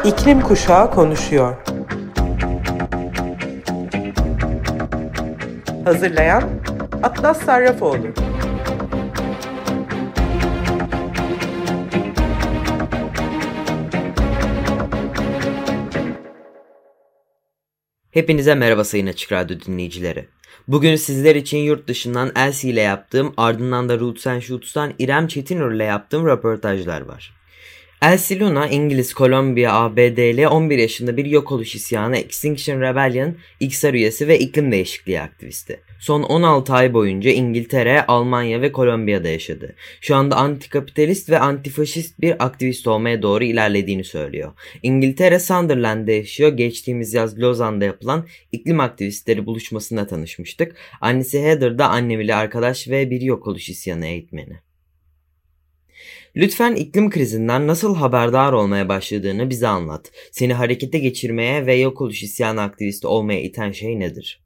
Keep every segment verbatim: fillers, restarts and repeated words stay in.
İklim Kuşağı konuşuyor. Hazırlayan Atlas Sarrafoğlu. Hepinize merhaba sayın Açık Radyo dinleyicileri. Bugün sizler için yurt dışından Elsie ile yaptığım, ardından da Roots and Shoots'tan İrem Çetinur ile yaptığım röportajlar var. Elsie Luna, İngiliz, Kolombiya, A B D'li on bir yaşında bir yok oluş isyanı Extinction Rebellion, İksar üyesi ve iklim değişikliği aktivisti. Son on altı ay boyunca İngiltere, Almanya ve Kolombiya'da yaşadı. Şu anda antikapitalist ve antifaşist bir aktivist olmaya doğru ilerlediğini söylüyor. İngiltere, Sunderland'da yaşıyor. Geçtiğimiz yaz Lozan'da yapılan iklim aktivistleri buluşmasında tanışmıştık. Annesi Heather da annem ile arkadaş ve bir yok oluş isyanı eğitmeni. Lütfen iklim krizinden nasıl haberdar olmaya başladığını bize anlat. Seni harekete geçirmeye ve yok oluş isyanı aktivisti olmaya iten şey nedir?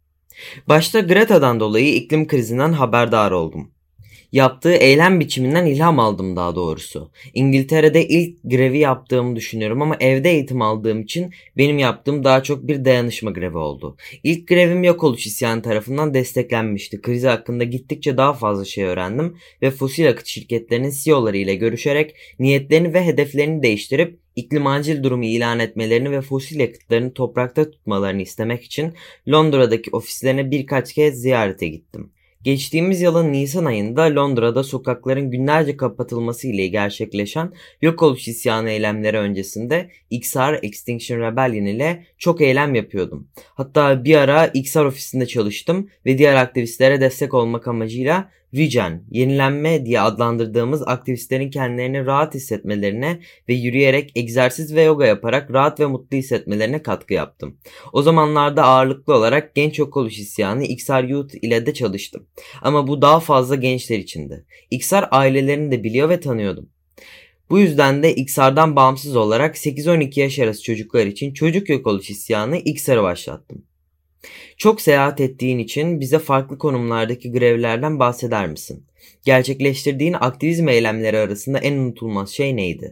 Başta Greta'dan dolayı iklim krizinden haberdar oldum. Yaptığı eylem biçiminden ilham aldım daha doğrusu. İngiltere'de ilk grevi yaptığımı düşünüyorum ama evde eğitim aldığım için benim yaptığım daha çok bir dayanışma grevi oldu. İlk grevim yok oluş isyanı tarafından desteklenmişti. Kriz hakkında gittikçe daha fazla şey öğrendim ve fosil yakıt şirketlerinin C E O'ları ile görüşerek niyetlerini ve hedeflerini değiştirip iklim acil durumu ilan etmelerini ve fosil yakıtlarını toprakta tutmalarını istemek için Londra'daki ofislerine birkaç kez ziyarete gittim. Geçtiğimiz yılın Nisan ayında Londra'da sokakların günlerce kapatılması ile gerçekleşen yok oluş isyanı eylemleri öncesinde X R Extinction Rebellion ile çok eylem yapıyordum. Hatta bir ara X R ofisinde çalıştım ve diğer aktivistlere destek olmak amacıyla Regen, yenilenme diye adlandırdığımız aktivistlerin kendilerini rahat hissetmelerine ve yürüyerek, egzersiz ve yoga yaparak rahat ve mutlu hissetmelerine katkı yaptım. O zamanlarda ağırlıklı olarak genç yok oluş isyanı X R Youth ile de çalıştım. Ama bu daha fazla gençler içindi. X R ailelerini de biliyor ve tanıyordum. Bu yüzden de X R'dan bağımsız olarak sekiz on iki yaş arası çocuklar için çocuk yok oluş isyanı X R'ı başlattım. Çok seyahat ettiğin için bize farklı konumlardaki grevlerden bahseder misin? Gerçekleştirdiğin aktivizm eylemleri arasında en unutulmaz şey neydi?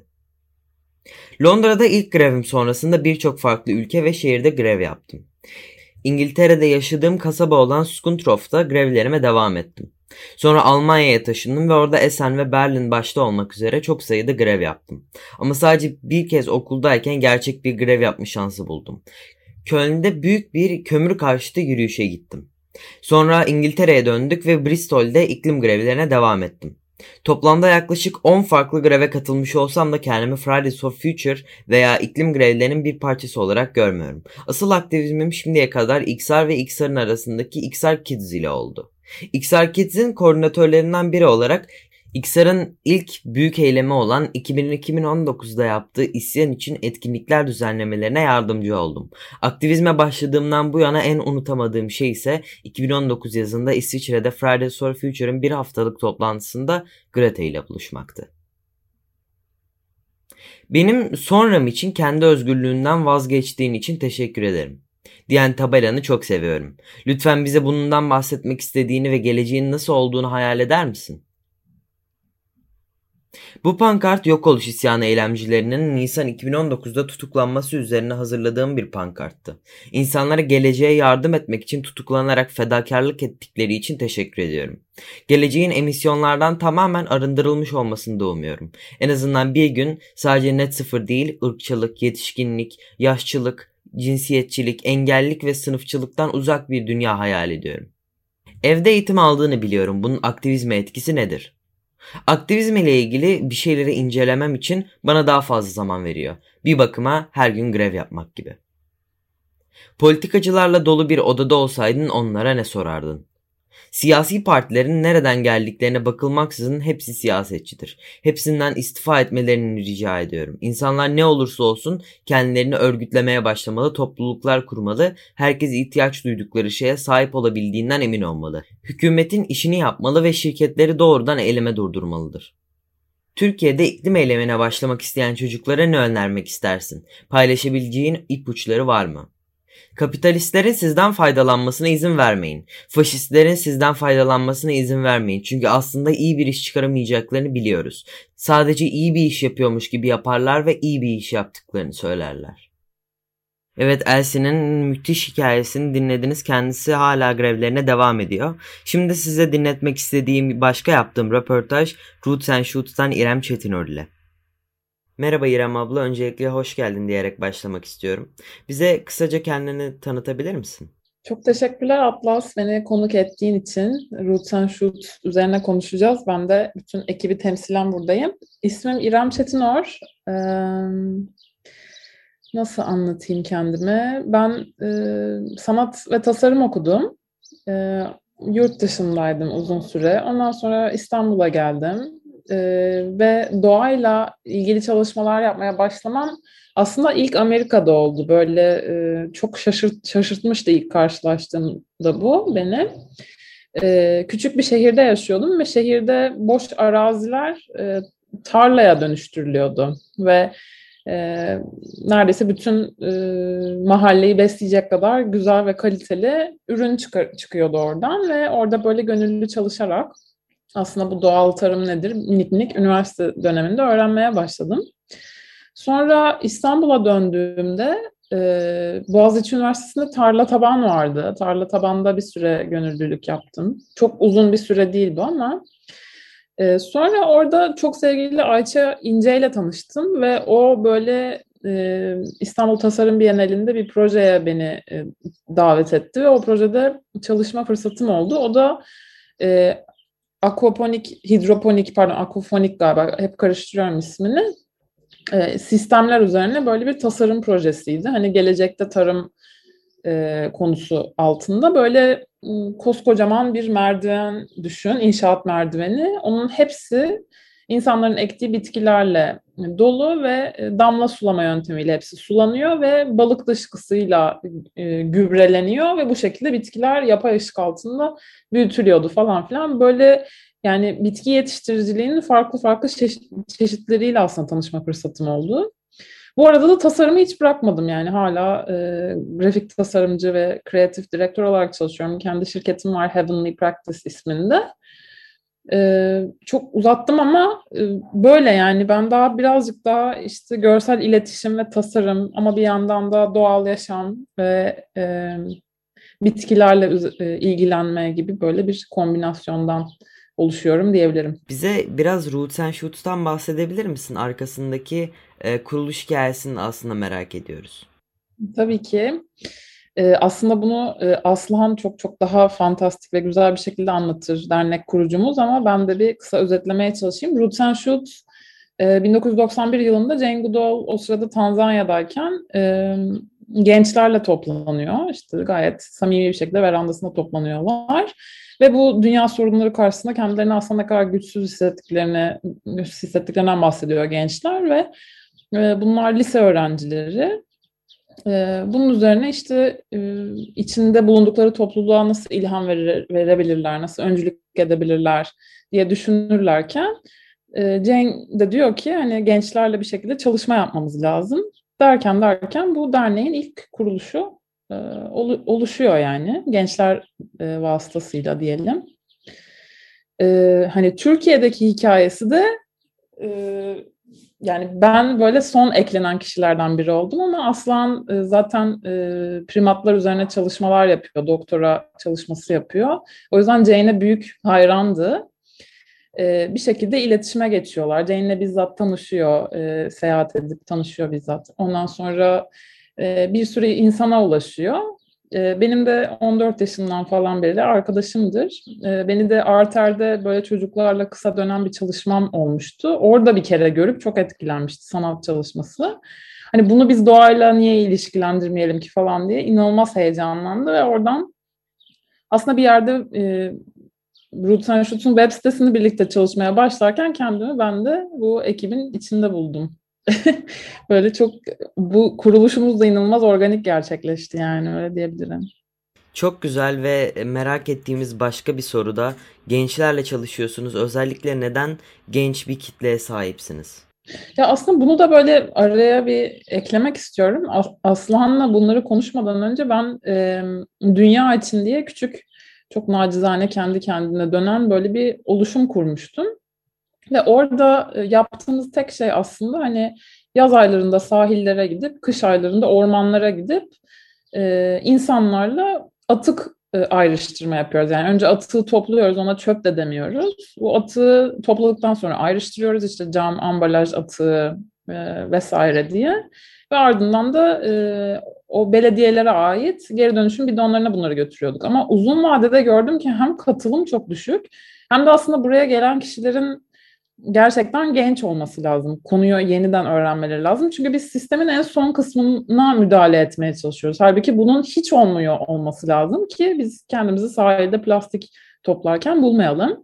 Londra'da ilk grevim sonrasında birçok farklı ülke ve şehirde grev yaptım. İngiltere'de yaşadığım kasaba olan Scunthorpe'da grevlerime devam ettim. Sonra Almanya'ya taşındım ve orada Essen ve Berlin başta olmak üzere çok sayıda grev yaptım. Ama sadece bir kez okuldayken gerçek bir grev yapma şansı buldum. Köln'de büyük bir kömür karşıtı yürüyüşe gittim. Sonra İngiltere'ye döndük ve Bristol'de iklim grevlerine devam ettim. Toplamda yaklaşık on farklı greve katılmış olsam da kendimi Fridays for Future veya iklim grevlerinin bir parçası olarak görmüyorum. Asıl aktivizmim şimdiye kadar X R ve X R'ın arasındaki X R Kids ile oldu. X R Kids'in koordinatörlerinden biri olarak X R'ın ilk büyük eylemi olan iki bin on dokuzda yaptığı isyan için etkinlikler düzenlemelerine yardımcı oldum. Aktivizme başladığımdan bu yana en unutamadığım şey ise iki bin on dokuz yazında İsviçre'de Fridays for Future'ın bir haftalık toplantısında Greta ile buluşmaktı. Benim sonram için kendi özgürlüğünden vazgeçtiğin için teşekkür ederim diyen tabelanı çok seviyorum. Lütfen bize bundan bahsetmek istediğini ve geleceğin nasıl olduğunu hayal eder misin? Bu pankart yok oluş isyanı eylemcilerinin Nisan iki bin on dokuzda tutuklanması üzerine hazırladığım bir pankarttı. İnsanlara geleceğe yardım etmek için tutuklanarak fedakarlık ettikleri için teşekkür ediyorum. Geleceğin emisyonlardan tamamen arındırılmış olmasını da umuyorum. En azından bir gün sadece net sıfır değil, ırkçılık, yetişkinlik, yaşçılık, cinsiyetçilik, engellilik ve sınıfçılıktan uzak bir dünya hayal ediyorum. Evde eğitim aldığını biliyorum. Bunun aktivizme etkisi nedir? Aktivizm ile ilgili bir şeyleri incelemem için bana daha fazla zaman veriyor. Bir bakıma her gün grev yapmak gibi. Politikacılarla dolu bir odada olsaydın onlara ne sorardın? Siyasi partilerin nereden geldiklerine bakılmaksızın hepsi siyasetçidir. Hepsinden istifa etmelerini rica ediyorum. İnsanlar ne olursa olsun kendilerini örgütlemeye başlamalı, topluluklar kurmalı, herkes ihtiyaç duydukları şeye sahip olabildiğinden emin olmalı. Hükümetin işini yapmalı ve şirketleri doğrudan eyleme durdurmalıdır. Türkiye'de iklim eylemine başlamak isteyen çocuklara ne önermek istersin? Paylaşabileceğin ipuçları var mı? Kapitalistlerin sizden faydalanmasına izin vermeyin. Faşistlerin sizden faydalanmasına izin vermeyin. Çünkü aslında iyi bir iş çıkaramayacaklarını biliyoruz. Sadece iyi bir iş yapıyormuş gibi yaparlar ve iyi bir iş yaptıklarını söylerler. Evet, Elsie'nin müthiş hikayesini dinlediniz. Kendisi hala grevlerine devam ediyor. Şimdi size dinletmek istediğim başka yaptığım röportaj Roots and Shoots'tan İrem Çetinör ile. Merhaba İrem abla, öncelikle hoş geldin diyerek başlamak istiyorum. Bize kısaca kendini tanıtabilir misin? Çok teşekkürler Atlas, beni konuk ettiğin için. Roots and Shoots üzerine konuşacağız. Ben de bütün ekibi temsilen buradayım. İsmim İrem Çetinör. Ee, nasıl anlatayım kendimi? Ben e, sanat ve tasarım okudum. E, yurt dışındaydım uzun süre. Ondan sonra İstanbul'a geldim. E, ve doğayla ilgili çalışmalar yapmaya başlamam aslında ilk Amerika'da oldu. Böyle e, çok şaşırt, şaşırtmıştı ilk karşılaştığımda bu beni. E, küçük bir şehirde yaşıyordum ve şehirde boş araziler e, tarlaya dönüştürülüyordu. Ve e, neredeyse bütün e, mahalleyi besleyecek kadar güzel ve kaliteli ürün çıkar, çıkıyordu oradan. Ve orada böyle gönüllü çalışarak aslında bu doğal tarım nedir minik minik üniversite döneminde öğrenmeye başladım. Sonra İstanbul'a döndüğümde e, Boğaziçi Üniversitesi'nde tarla taban vardı. Tarla tabanda bir süre gönüllülük yaptım. Çok uzun bir süre değil bu ama. E, sonra orada çok sevgili Ayça İnce ile tanıştım ve o böyle e, İstanbul Tasarım Bienalinde bir projeye beni e, davet etti ve o projede çalışma fırsatım oldu. O da e, aquaponik, hidroponik, pardon aquafonik galiba, hep karıştırıyorum ismini. E, sistemler üzerine böyle bir tasarım projesiydi. Hani gelecekte tarım e, konusu altında böyle m, koskocaman bir merdiven düşün, inşaat merdiveni. Onun hepsi insanların ektiği bitkilerle dolu ve e, damla sulama yöntemiyle hepsi sulanıyor ve balık dışkısıyla e, gübreleniyor ve bu şekilde bitkiler yapay ışık altında büyütülüyordu falan filan. Böyle yani bitki yetiştiriciliğinin farklı farklı çeşit, çeşitleriyle aslında tanışma fırsatım oldu. Bu arada da tasarımı hiç bırakmadım, yani hala e, grafik tasarımcı ve kreatif direktör olarak çalışıyorum. Kendi şirketim var, Heavenly Practice isminde. E, çok uzattım ama e, böyle yani ben daha birazcık daha işte görsel iletişim ve tasarım ama bir yandan da doğal yaşam ve e, bitkilerle e, ilgilenme gibi böyle bir kombinasyondan oluşuyorum diyebilirim. Bize biraz Roots and Shoots'tan bahsedebilir misin? Arkasındaki e, kuruluş hikayesini aslında merak ediyoruz. Tabii ki. Ee, aslında bunu e, Aslıhan çok çok daha fantastik ve güzel bir şekilde anlatır, dernek kurucumuz, ama ben de bir kısa özetlemeye çalışayım. Roots and Shoots e, bin dokuz yüz doksan bir yılında Jane Goodall o sırada Tanzanya'dayken e, gençlerle toplanıyor. İşte gayet samimi bir şekilde verandasında toplanıyorlar. Ve bu dünya sorunları karşısında kendilerini aslında ne kadar güçsüz hissettiklerini, güçsüz hissettiklerinden bahsediyor gençler ve e, bunlar lise öğrencileri. E, bunun üzerine işte e, içinde bulundukları topluluğa nasıl ilham verir, verebilirler, nasıl öncülük edebilirler diye düşünürlerken e, Jane de diyor ki hani gençlerle bir şekilde çalışma yapmamız lazım. Derken derken bu derneğin ilk kuruluşu e, oluşuyor yani gençler e, vasıtasıyla diyelim. E, hani Türkiye'deki hikayesi de e, yani ben böyle son eklenen kişilerden biri oldum ama Aslan e, zaten e, primatlar üzerine çalışmalar yapıyor, doktora çalışması yapıyor. O yüzden Jane'e büyük hayrandı. E, bir şekilde iletişime geçiyorlar. Jane'le bizzat tanışıyor, e, seyahat edip tanışıyor bizzat. Ondan sonra e, bir sürü insana ulaşıyor. E, benim de on dört yaşından falan beri arkadaşımdır. E, beni de Arter'de böyle çocuklarla kısa dönem bir çalışmam olmuştu. Orada bir kere görüp çok etkilenmişti, sanat çalışması. Hani bunu biz doğayla niye ilişkilendirmeyelim ki falan diye inanılmaz heyecanlandı ve oradan aslında bir yerde e, Roots and Shoots'un web sitesini birlikte çalışmaya başlarken kendimi ben de bu ekibin içinde buldum. Böyle çok, bu kuruluşumuz da inanılmaz organik gerçekleşti, yani öyle diyebilirim. Çok güzel ve merak ettiğimiz başka bir soru da gençlerle çalışıyorsunuz. Özellikle neden genç bir kitleye sahipsiniz? Ya aslında bunu da böyle araya bir eklemek istiyorum. As- Aslıhan'la bunları konuşmadan önce ben e, Dünya için diye küçük, çok nacizane kendi kendine dönen böyle bir oluşum kurmuştum. Ve orada e, yaptığımız tek şey aslında hani yaz aylarında sahillere gidip, kış aylarında ormanlara gidip e, insanlarla atık e, ayrıştırma yapıyoruz. Yani önce atığı topluyoruz, ona çöp de demiyoruz. Bu atığı topladıktan sonra ayrıştırıyoruz, işte cam, ambalaj atığı e, vesaire diye. Ve ardından da e, o belediyelere ait geri dönüşüm bidonlarına bunları götürüyorduk. Ama uzun vadede gördüm ki hem katılım çok düşük, hem de aslında buraya gelen kişilerin gerçekten genç olması lazım. Konuyu yeniden öğrenmeleri lazım. Çünkü biz sistemin en son kısmına müdahale etmeye çalışıyoruz. Halbuki bunun hiç olmuyor olması lazım ki biz kendimizi sahilde plastik toplarken bulmayalım.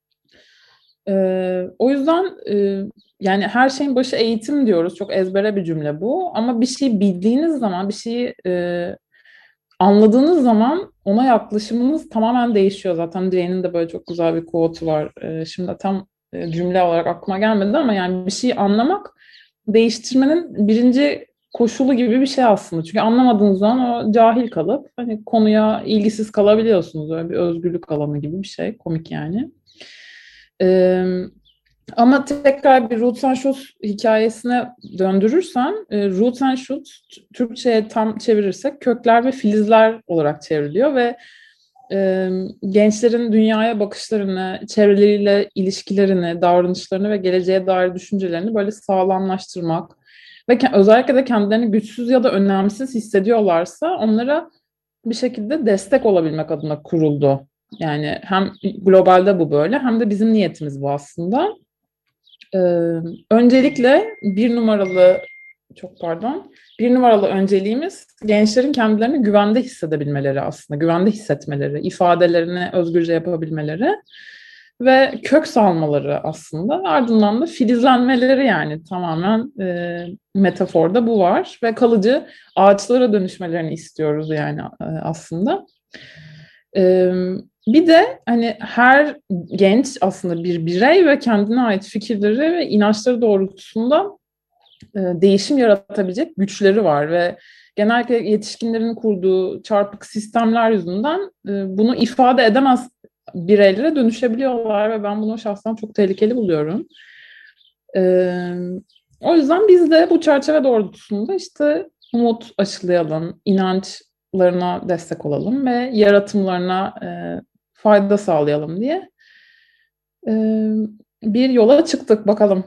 Ee, o yüzden e, yani her şeyin başı eğitim diyoruz. Çok ezbere bir cümle bu. Ama bir şey bildiğiniz zaman, bir şeyi e, anladığınız zaman ona yaklaşımınız tamamen değişiyor. Zaten Dire'nin de böyle çok güzel bir quote'u var. Ee, şimdi tam e, cümle olarak aklıma gelmedi ama yani bir şeyi anlamak değiştirmenin birinci koşulu gibi bir şey aslında. Çünkü anlamadığınız zaman o cahil kalıp hani konuya ilgisiz kalabiliyorsunuz. Öyle bir özgürlük alanı gibi bir şey. Komik yani. Ee, Ama tekrar bir Roots and Shoots hikayesine döndürürsem, e, Roots and Shoots Türkçe'ye tam çevirirsek kökler ve filizler olarak çevriliyor ve e, gençlerin dünyaya bakışlarını, çevreleriyle ilişkilerini, davranışlarını ve geleceğe dair düşüncelerini böyle sağlamlaştırmak ve ke- özellikle de kendilerini güçsüz ya da önemsiz hissediyorlarsa onlara bir şekilde destek olabilmek adına kuruldu. Yani hem globalde bu böyle, hem de bizim niyetimiz bu aslında. Ee, Öncelikle bir numaralı, çok pardon, bir numaralı önceliğimiz gençlerin kendilerini güvende hissedebilmeleri aslında, güvende hissetmeleri, ifadelerini özgürce yapabilmeleri ve kök salmaları aslında. Ardından da filizlenmeleri, yani tamamen e, metaforda bu var ve kalıcı ağaçlara dönüşmelerini istiyoruz yani e, aslında. Ee, Bir de hani her genç aslında bir birey ve kendine ait fikirleri ve inançları doğrultusunda e, değişim yaratabilecek güçleri var ve genellikle yetişkinlerin kurduğu çarpık sistemler yüzünden e, bunu ifade edemez bireylere dönüşebiliyorlar ve ben bunu şahsen çok tehlikeli buluyorum. Ee, O yüzden biz de bu çerçeve doğrultusunda işte umut aşılayalım, inançlarına destek olalım ve yaratımlarına e, fayda sağlayalım diye e, bir yola çıktık bakalım.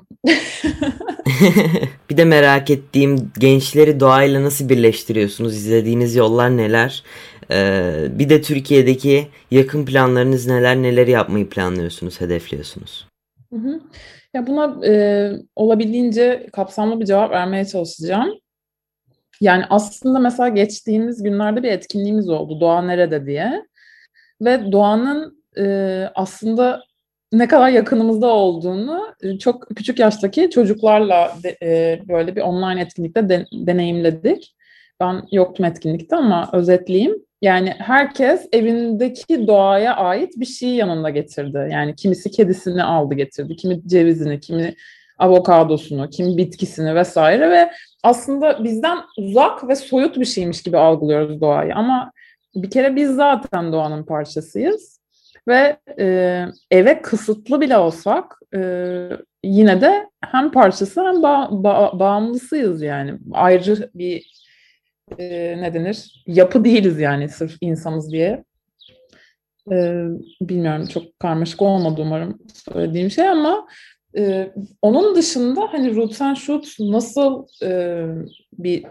Bir de merak ettiğim, gençleri doğayla nasıl birleştiriyorsunuz? İzlediğiniz yollar neler? Ee, bir de Türkiye'deki yakın planlarınız neler? Neler yapmayı planlıyorsunuz, hedefliyorsunuz? Hı hı. Ya buna e, olabildiğince kapsamlı bir cevap vermeye çalışacağım. Yani aslında mesela geçtiğimiz günlerde bir etkinliğimiz oldu, Doğa Nerede diye. Ve doğanın e, aslında ne kadar yakınımızda olduğunu e, çok küçük yaştaki çocuklarla de, e, böyle bir online etkinlikte de, deneyimledik. Ben yoktum etkinlikte ama özetleyeyim. Yani herkes evindeki doğaya ait bir şeyi yanında getirdi. Yani kimisi kedisini aldı getirdi, kimi cevizini, kimi avokadosunu, kimi bitkisini vesaire ve aslında bizden uzak ve soyut bir şeymiş gibi algılıyoruz doğayı. Ama bir kere biz zaten doğanın parçasıyız ve e, eve kısıtlı bile olsak e, yine de hem parçası hem ba- ba- bağımlısıyız yani. Ayrı bir e, ne denir? Yapı değiliz yani sırf insanız diye. E, Bilmiyorum, çok karmaşık olmadı umarım söylediğim şey ama e, onun dışında hani Roots and Shoots nasıl e, bir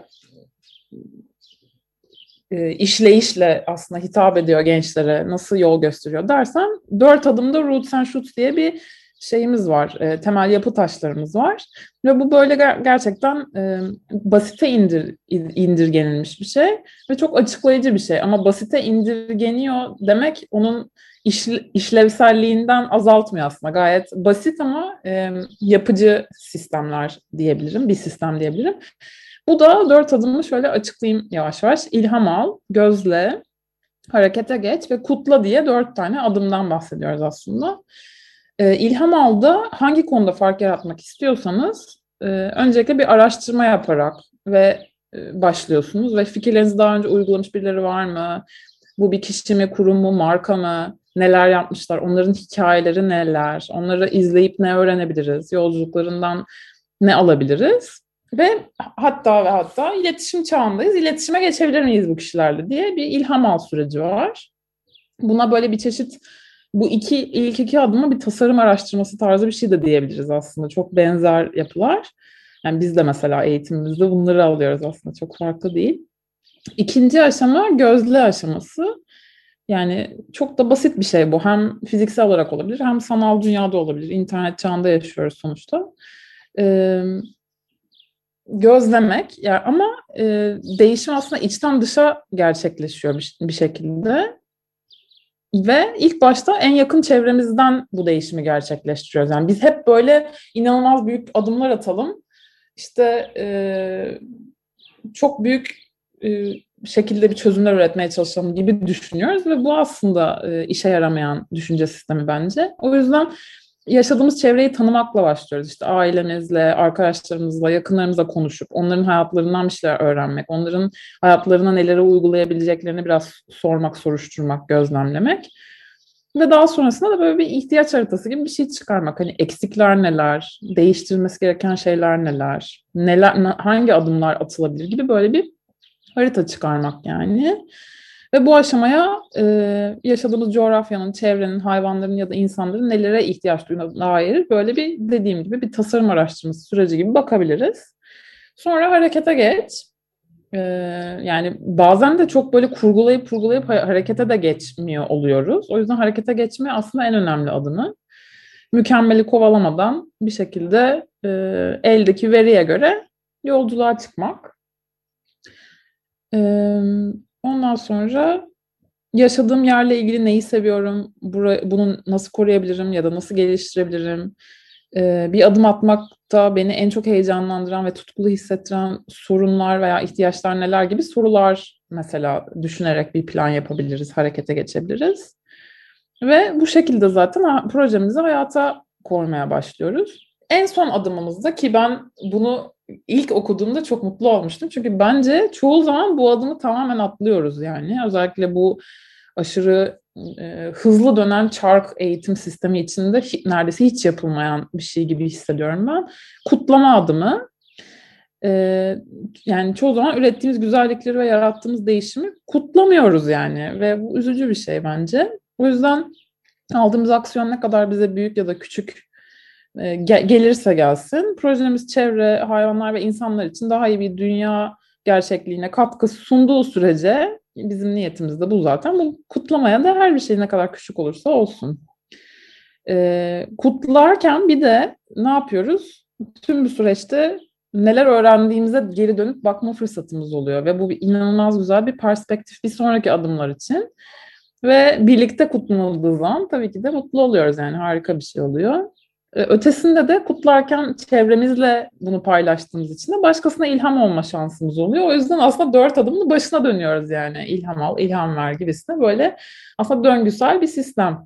e, işleyişle aslında hitap ediyor gençlere, nasıl yol gösteriyor dersen, dört adımda Roots and Shoots diye bir şeyimiz var, e, temel yapı taşlarımız var ve bu böyle ger- gerçekten e, basite indir, indirgenilmiş bir şey ve çok açıklayıcı bir şey, ama basite indirgeniyor demek onun iş, işlevselliğinden azaltmıyor aslında, gayet basit ama e, yapıcı sistemler diyebilirim, bir sistem diyebilirim. Bu da dört adımı şöyle açıklayayım yavaş yavaş. İlham al, gözle, harekete geç ve kutla diye dört tane adımdan bahsediyoruz aslında. Ee, ilham alda hangi konuda fark yaratmak istiyorsanız e, öncelikle bir araştırma yaparak ve e, başlıyorsunuz ve fikirlerinizi daha önce uygulamış birileri var mı? Bu bir kişi mi, kurum mu, marka mı? Neler yapmışlar? Onların hikayeleri neler? Onları izleyip ne öğrenebiliriz? Yolculuklarından ne alabiliriz? Ve hatta ve hatta iletişim çağındayız. İletişime geçebilir miyiz bu kişilerle diye bir ilham al süreci var. Buna böyle bir çeşit bu iki ilk iki adımı bir tasarım araştırması tarzı bir şey de diyebiliriz aslında. Çok benzer yapılar. Yani biz de mesela eğitimimizde bunları alıyoruz aslında. Çok farklı değil. İkinci aşama gözle aşaması. Yani çok da basit bir şey bu. Hem fiziksel olarak olabilir hem sanal dünyada olabilir. İnternet çağında yaşıyoruz sonuçta. Ee, gözlemek yani ama e, değişim aslında içten dışa gerçekleşiyor bir, bir şekilde. Ve ilk başta en yakın çevremizden bu değişimi gerçekleştiriyoruz. Yani biz hep böyle inanılmaz büyük adımlar atalım. İşte e, çok büyük e, şekilde bir çözümler üretmeye çalışalım gibi düşünüyoruz ve bu aslında e, işe yaramayan düşünce sistemi bence. O yüzden yaşadığımız çevreyi tanımakla başlıyoruz. İşte ailemizle, arkadaşlarımızla, yakınlarımızla konuşup onların hayatlarından bir şeyler öğrenmek, onların hayatlarına neleri uygulayabileceklerini biraz sormak, soruşturmak, gözlemlemek. Ve daha sonrasında da böyle bir ihtiyaç haritası gibi bir şey çıkarmak. Hani eksikler neler, değiştirilmesi gereken şeyler neler, neler hangi adımlar atılabilir gibi böyle bir harita çıkarmak yani. Ve bu aşamaya e, yaşadığımız coğrafyanın, çevrenin, hayvanların ya da insanların nelere ihtiyaç duyduğuna dair böyle bir dediğim gibi bir tasarım araştırması süreci gibi bakabiliriz. Sonra harekete geç. E, yani bazen de çok böyle kurgulayıp kurgulayıp harekete de geçmiyor oluyoruz. O yüzden harekete geçme aslında en önemli adımı. Mükemmeli kovalamadan bir şekilde e, eldeki veriye göre yolculuğa çıkmak. E, ondan sonra yaşadığım yerle ilgili neyi seviyorum, bunu nasıl koruyabilirim ya da nasıl geliştirebilirim? Ee, bir adım atmakta beni en çok heyecanlandıran ve tutkulu hissettiren sorunlar veya ihtiyaçlar neler gibi sorular mesela düşünerek bir plan yapabiliriz, harekete geçebiliriz. Ve bu şekilde zaten projemizi hayata koymaya başlıyoruz. En son adımımızda ki ben bunu ilk okuduğumda çok mutlu olmuştum. Çünkü bence çoğu zaman bu adımı tamamen atlıyoruz yani. Özellikle bu aşırı e, hızlı dönen çark eğitim sistemi içinde hi, neredeyse hiç yapılmayan bir şey gibi hissediyorum ben. Kutlama adımı. E, yani çoğu zaman ürettiğimiz güzellikleri ve yarattığımız değişimi kutlamıyoruz yani. Ve bu üzücü bir şey bence. O yüzden aldığımız aksiyon ne kadar bize büyük ya da küçük e, gelirse gelsin, projemiz çevre, hayvanlar ve insanlar için daha iyi bir dünya gerçekliğine katkı sunduğu sürece bizim niyetimiz de bu zaten. Bu kutlamaya da her bir şey ne kadar küçük olursa olsun. E, kutlarken bir de ne yapıyoruz? Tüm bu süreçte neler öğrendiğimize geri dönüp bakma fırsatımız oluyor ve bu bir inanılmaz güzel bir perspektif bir sonraki adımlar için. Ve birlikte kutlanıldığı zaman tabii ki de mutlu oluyoruz yani harika bir şey oluyor. Ötesinde de kutlarken çevremizle bunu paylaştığımız için de başkasına ilham olma şansımız oluyor. O yüzden aslında dört adımın başına dönüyoruz yani. İlham al, ilham ver gibisine böyle aslında döngüsel bir sistem.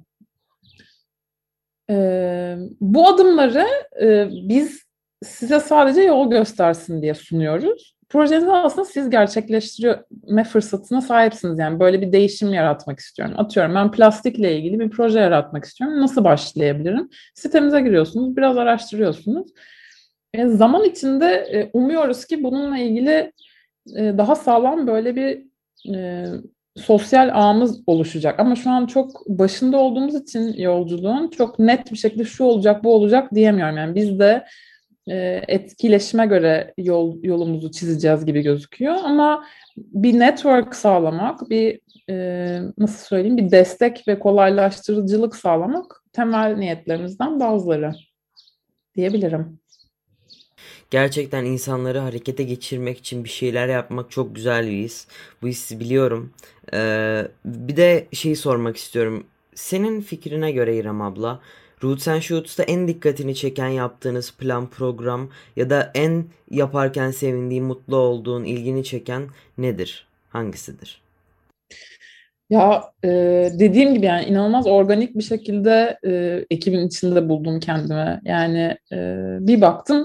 Ee, bu adımları e, biz size sadece yol göstersin diye sunuyoruz. Projenizi aslında siz gerçekleştirme fırsatına sahipsiniz. Yani böyle bir değişim yaratmak istiyorum. Atıyorum ben plastikle ilgili bir proje yaratmak istiyorum. Nasıl başlayabilirim? Sitemize giriyorsunuz, biraz araştırıyorsunuz. E, zaman içinde e, umuyoruz ki bununla ilgili e, daha sağlam böyle bir e, sosyal ağımız oluşacak. Ama şu an çok başında olduğumuz için yolculuğun çok net bir şekilde şu olacak, bu olacak diyemiyorum. Yani biz de etkileşime göre yol yolumuzu çizeceğiz gibi gözüküyor ama bir network sağlamak, bir e, nasıl söyleyeyim, bir destek ve kolaylaştırıcılık sağlamak temel niyetlerimizden bazıları diyebilirim. Gerçekten insanları harekete geçirmek için bir şeyler yapmak çok güzel bir his. Bu hissi biliyorum. Ee, bir de şeyi sormak istiyorum. Senin fikrine göre İrem abla, Roots and Shoots'ta en dikkatini çeken yaptığınız plan, program ya da en yaparken sevindiğin, mutlu olduğun, ilgini çeken nedir? Hangisidir? Ya e, dediğim gibi yani inanılmaz organik bir şekilde e, ekibin içinde buldum kendimi. Yani e, bir baktım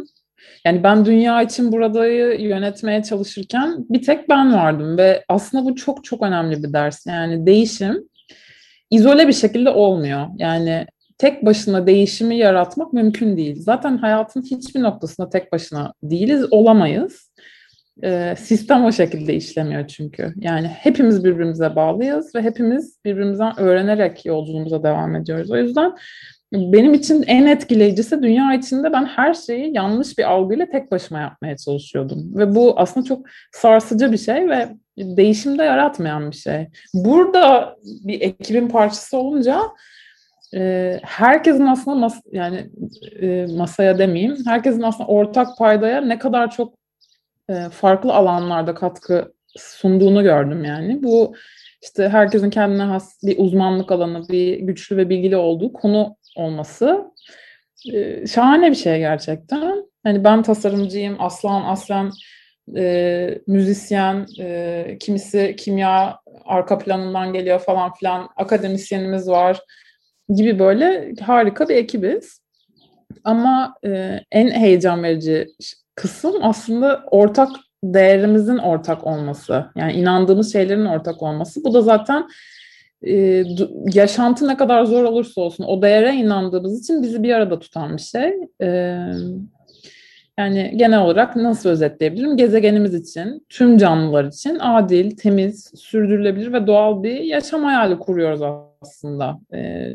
Yani ben dünya için buradayı yönetmeye çalışırken bir tek ben vardım ve aslında bu çok çok önemli bir ders. Yani değişim izole bir şekilde olmuyor. Yani tek başına değişimi yaratmak mümkün değil. Zaten hayatın hiçbir noktasında tek başına değiliz, olamayız. Ee, sistem o şekilde işlemiyor çünkü. Yani hepimiz birbirimize bağlıyız ve hepimiz birbirimizden öğrenerek yolculuğumuza devam ediyoruz. O yüzden benim için en etkileyicisi dünya içinde ben her şeyi yanlış bir algıyla tek başıma yapmaya çalışıyordum. Ve bu aslında çok sarsıcı bir şey ve değişim de yaratmayan bir şey. Burada bir ekibin parçası olunca e, herkesin aslında mas yani e, masaya demeyeyim, herkesin aslında ortak paydaya ne kadar çok e, farklı alanlarda katkı sunduğunu gördüm yani. Bu işte herkesin kendine has bir uzmanlık alanı, bir güçlü ve bilgili olduğu konu olması e, şahane bir şey gerçekten. Hani ben tasarımcıyım, Aslan, Aslen e, müzisyen, e, kimisi kimya arka planından geliyor falan filan, akademisyenimiz var gibi böyle harika bir ekibiz. Ama e, en heyecan verici kısım aslında ortak değerimizin ortak olması. Yani inandığımız şeylerin ortak olması. Bu da zaten e, yaşantı ne kadar zor olursa olsun o değere inandığımız için bizi bir arada tutan bir şey. E, yani genel olarak nasıl özetleyebilirim? Gezegenimiz için, tüm canlılar için adil, temiz, sürdürülebilir ve doğal bir yaşam hayali kuruyoruz aslında. E,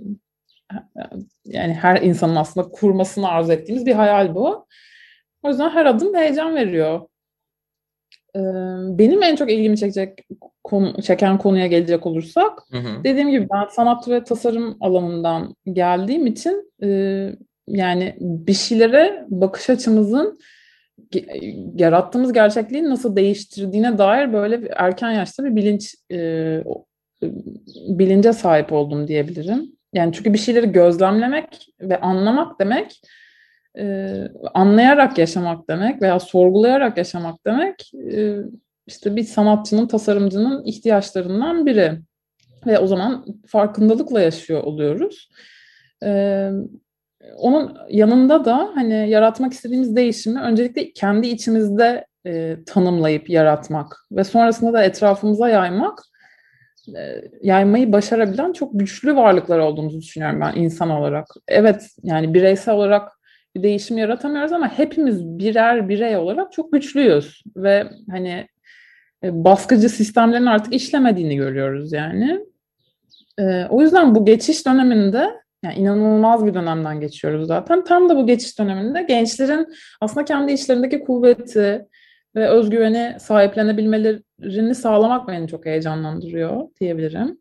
yani her insanın aslında kurmasını arzu ettiğimiz bir hayal bu. O yüzden her adım heyecan veriyor. Ee, benim en çok ilgimi çekecek konu, çeken konuya gelecek olursak, Hı hı. dediğim gibi ben sanat ve tasarım alanından geldiğim için e, yani bir şeylere bakış açımızın yarattığımız gerçekliği nasıl değiştirdiğine dair böyle bir erken yaşta bir bilinç e, bilince sahip oldum diyebilirim. Yani çünkü bir şeyleri gözlemlemek ve anlamak demek, e, anlayarak yaşamak demek veya sorgulayarak yaşamak demek, e, işte bir sanatçının, tasarımcının ihtiyaçlarından biri. Ve o zaman farkındalıkla yaşıyor oluyoruz. E, onun yanında da hani yaratmak istediğimiz değişimi öncelikle kendi içimizde e, tanımlayıp yaratmak ve sonrasında da etrafımıza yaymak, e, yaymayı başarabilen çok güçlü varlıklar olduğumuzu düşünüyorum ben insan olarak. Evet, yani bireysel olarak bir değişim yaratamıyoruz ama hepimiz birer birey olarak çok güçlüyüz ve hani e, baskıcı sistemlerin artık işlemediğini görüyoruz yani. E, o yüzden bu geçiş döneminde, yani inanılmaz bir dönemden geçiyoruz zaten. Tam da bu geçiş döneminde gençlerin aslında kendi içlerindeki kuvveti ve özgüveni sahiplenebilmelerini sağlamak beni çok heyecanlandırıyor diyebilirim.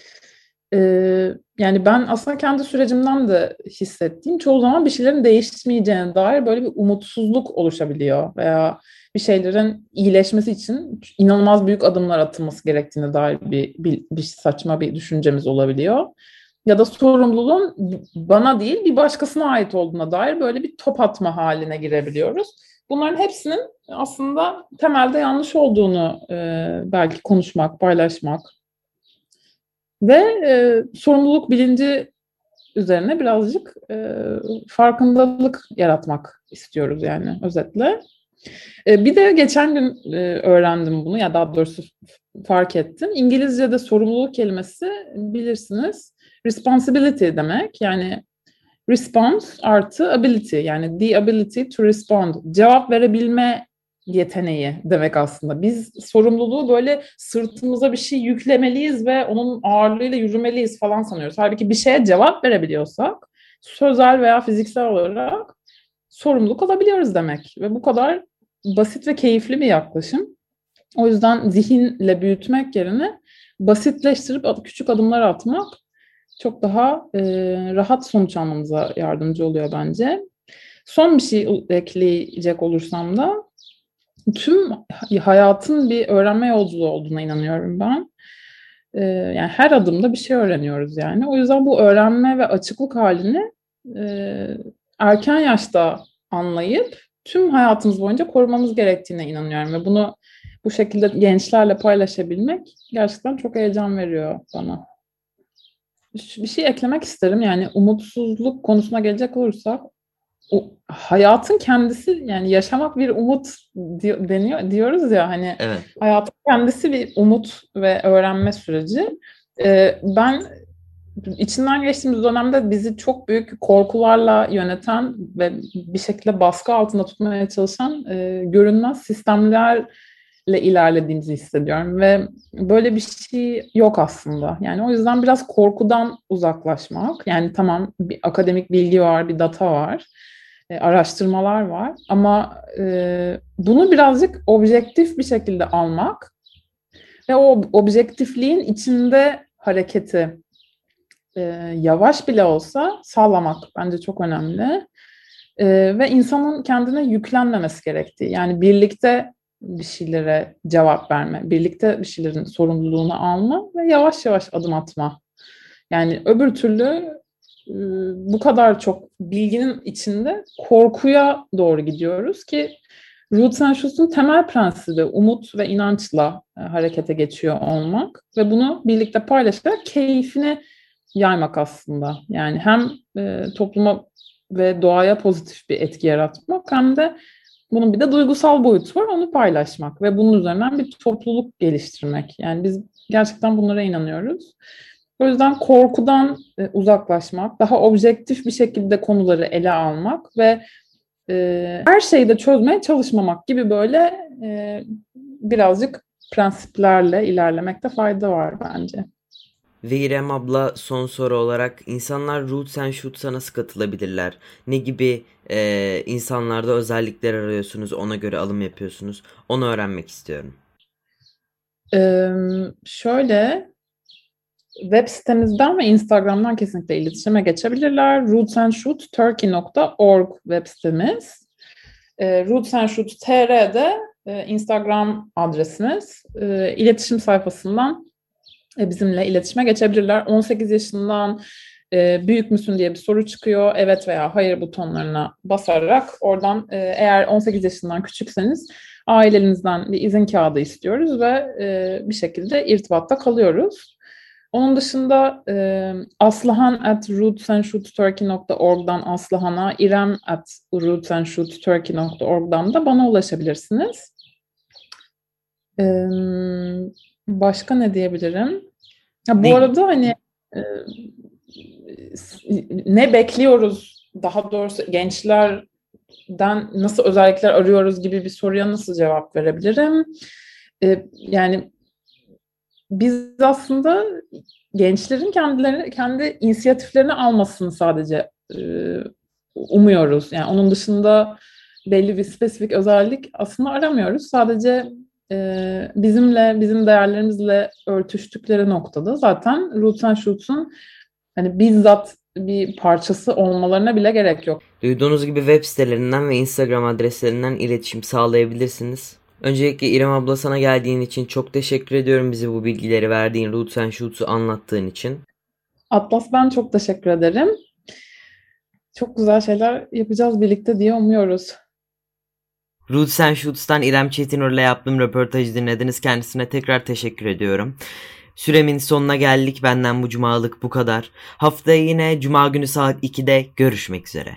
Ee, yani ben aslında kendi sürecimden de hissettiğim çoğu zaman bir şeylerin değişmeyeceğine dair böyle bir umutsuzluk oluşabiliyor veya bir şeylerin iyileşmesi için inanılmaz büyük adımlar atılması gerektiğine dair bir, bir, bir saçma bir düşüncemiz olabiliyor. Ya da sorumluluğun bana değil bir başkasına ait olduğuna dair böyle bir top atma haline girebiliyoruz. Bunların hepsinin aslında temelde yanlış olduğunu e, belki konuşmak, paylaşmak ve e, sorumluluk bilinci üzerine birazcık e, farkındalık yaratmak istiyoruz yani özetle. E, bir de geçen gün e, öğrendim bunu, ya daha doğrusu fark ettim. İngilizce'de sorumluluk kelimesi bilirsiniz responsibility demek. Yani response artı ability, yani the ability to respond. Cevap verebilme yeteneği demek aslında. Biz sorumluluğu böyle sırtımıza bir şey yüklemeliyiz ve onun ağırlığıyla yürümeliyiz falan sanıyoruz. Halbuki bir şeye cevap verebiliyorsak sözel veya fiziksel olarak sorumluluk alabiliyoruz demek. Ve bu kadar basit ve keyifli bir yaklaşım. O yüzden zihinle büyütmek yerine basitleştirip küçük adımlar atmak çok daha e, rahat sonuç almamıza yardımcı oluyor bence. Son bir şey ekleyecek olursam da tüm hayatın bir öğrenme yolculuğu olduğuna inanıyorum ben. E, yani her adımda bir şey öğreniyoruz yani. O yüzden bu öğrenme ve açıklık halini e, erken yaşta anlayıp tüm hayatımız boyunca korumamız gerektiğine inanıyorum ve bunu bu şekilde gençlerle paylaşabilmek gerçekten çok heyecan veriyor bana. Bir şey eklemek isterim. Yani umutsuzluk konusuna gelecek olursak, o, hayatın kendisi, yani yaşamak bir umut di- deniyor diyoruz ya hani, Evet. hayatın kendisi bir umut ve öğrenme süreci. Ee, ben içinden geçtiğimiz dönemde bizi çok büyük korkularla yöneten ve bir şekilde baskı altında tutmaya çalışan e, görünmez sistemlerle ilerlediğimizi hissediyorum ve böyle bir şey yok aslında. Yani o yüzden biraz korkudan uzaklaşmak. Yani tamam, bir akademik bilgi var, bir data var, e, araştırmalar var ama e, bunu birazcık objektif bir şekilde almak ve o objektifliğin içinde hareketi e, yavaş bile olsa sağlamak bence çok önemli. E, ve insanın kendine yüklenmemesi gerektiği, yani birlikte bir şeylere cevap verme, birlikte bir şeylerin sorumluluğunu alma ve yavaş yavaş adım atma. Yani öbür türlü e, bu kadar çok bilginin içinde korkuya doğru gidiyoruz ki Roots and Shoots'un temel prensibi umut ve inançla e, harekete geçiyor olmak ve bunu birlikte paylaşarak keyfini yaymak aslında. Yani hem e, topluma ve doğaya pozitif bir etki yaratmak hem de bunun bir de duygusal boyutu var, onu paylaşmak ve bunun üzerinden bir topluluk geliştirmek. Yani biz gerçekten bunlara inanıyoruz. O yüzden korkudan e, uzaklaşmak, daha objektif bir şekilde konuları ele almak ve e, her şeyi de çözmeye çalışmamak gibi böyle e, birazcık prensiplerle ilerlemekte fayda var bence. Ve İrem abla, son soru olarak insanlar Roots and Shoots'a nasıl katılabilirler? Ne gibi e, insanlarda özellikler arıyorsunuz, ona göre alım yapıyorsunuz? Onu öğrenmek istiyorum. Ee, şöyle web sitemizden ve Instagram'dan kesinlikle iletişime geçebilirler. roots and shoot turkey nokta org web sitemiz. E, Roots and Shoot T R'de e, Instagram adresimiz. E, iletişim sayfasından e, bizimle iletişime geçebilirler. on sekiz yaşından e, büyük müsün diye bir soru çıkıyor. Evet veya hayır butonlarına basarak oradan e, eğer on sekiz yaşından küçükseniz ailenizden bir izin kağıdı istiyoruz ve e, bir şekilde irtibatta kalıyoruz. Onun dışında e, Aslıhan at roots and shoot turkey nokta org'dan Aslıhan'a, İrem at roots and shoot turkey nokta org'dan da bana ulaşabilirsiniz. E, başka ne diyebilirim? Ya bu Ne? arada hani e, ne bekliyoruz? Daha doğrusu gençlerden nasıl özellikler arıyoruz gibi bir soruya nasıl cevap verebilirim? E, yani biz aslında gençlerin kendilerini, kendi inisiyatiflerini almasını sadece e, umuyoruz. Yani onun dışında belli bir spesifik özellik aslında aramıyoruz. Sadece e, bizimle, bizim değerlerimizle örtüştükleri noktada zaten Roots and Shoots'un hani bizzat bir parçası olmalarına bile gerek yok. Duyduğunuz gibi web sitelerinden ve Instagram adreslerinden iletişim sağlayabilirsiniz. Öncelikle İrem abla, sana geldiğin için çok teşekkür ediyorum. Bize bu bilgileri verdiğin, Roots and Shoots'u anlattığın için. Atlas, ben çok teşekkür ederim. Çok güzel şeyler yapacağız birlikte diye umuyoruz. Roots and Shoots'tan İrem Çetinur'la yaptığım röportajı dinlediniz. Kendisine tekrar teşekkür ediyorum. Süremin sonuna geldik. Benden bu cumalık bu kadar. Haftaya yine cuma günü saat ikide görüşmek üzere.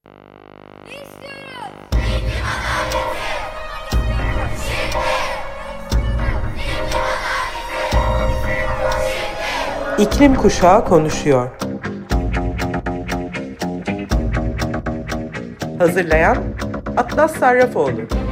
İklim Kuşağı konuşuyor. Hazırlayan Atlas Sarrafoğlu.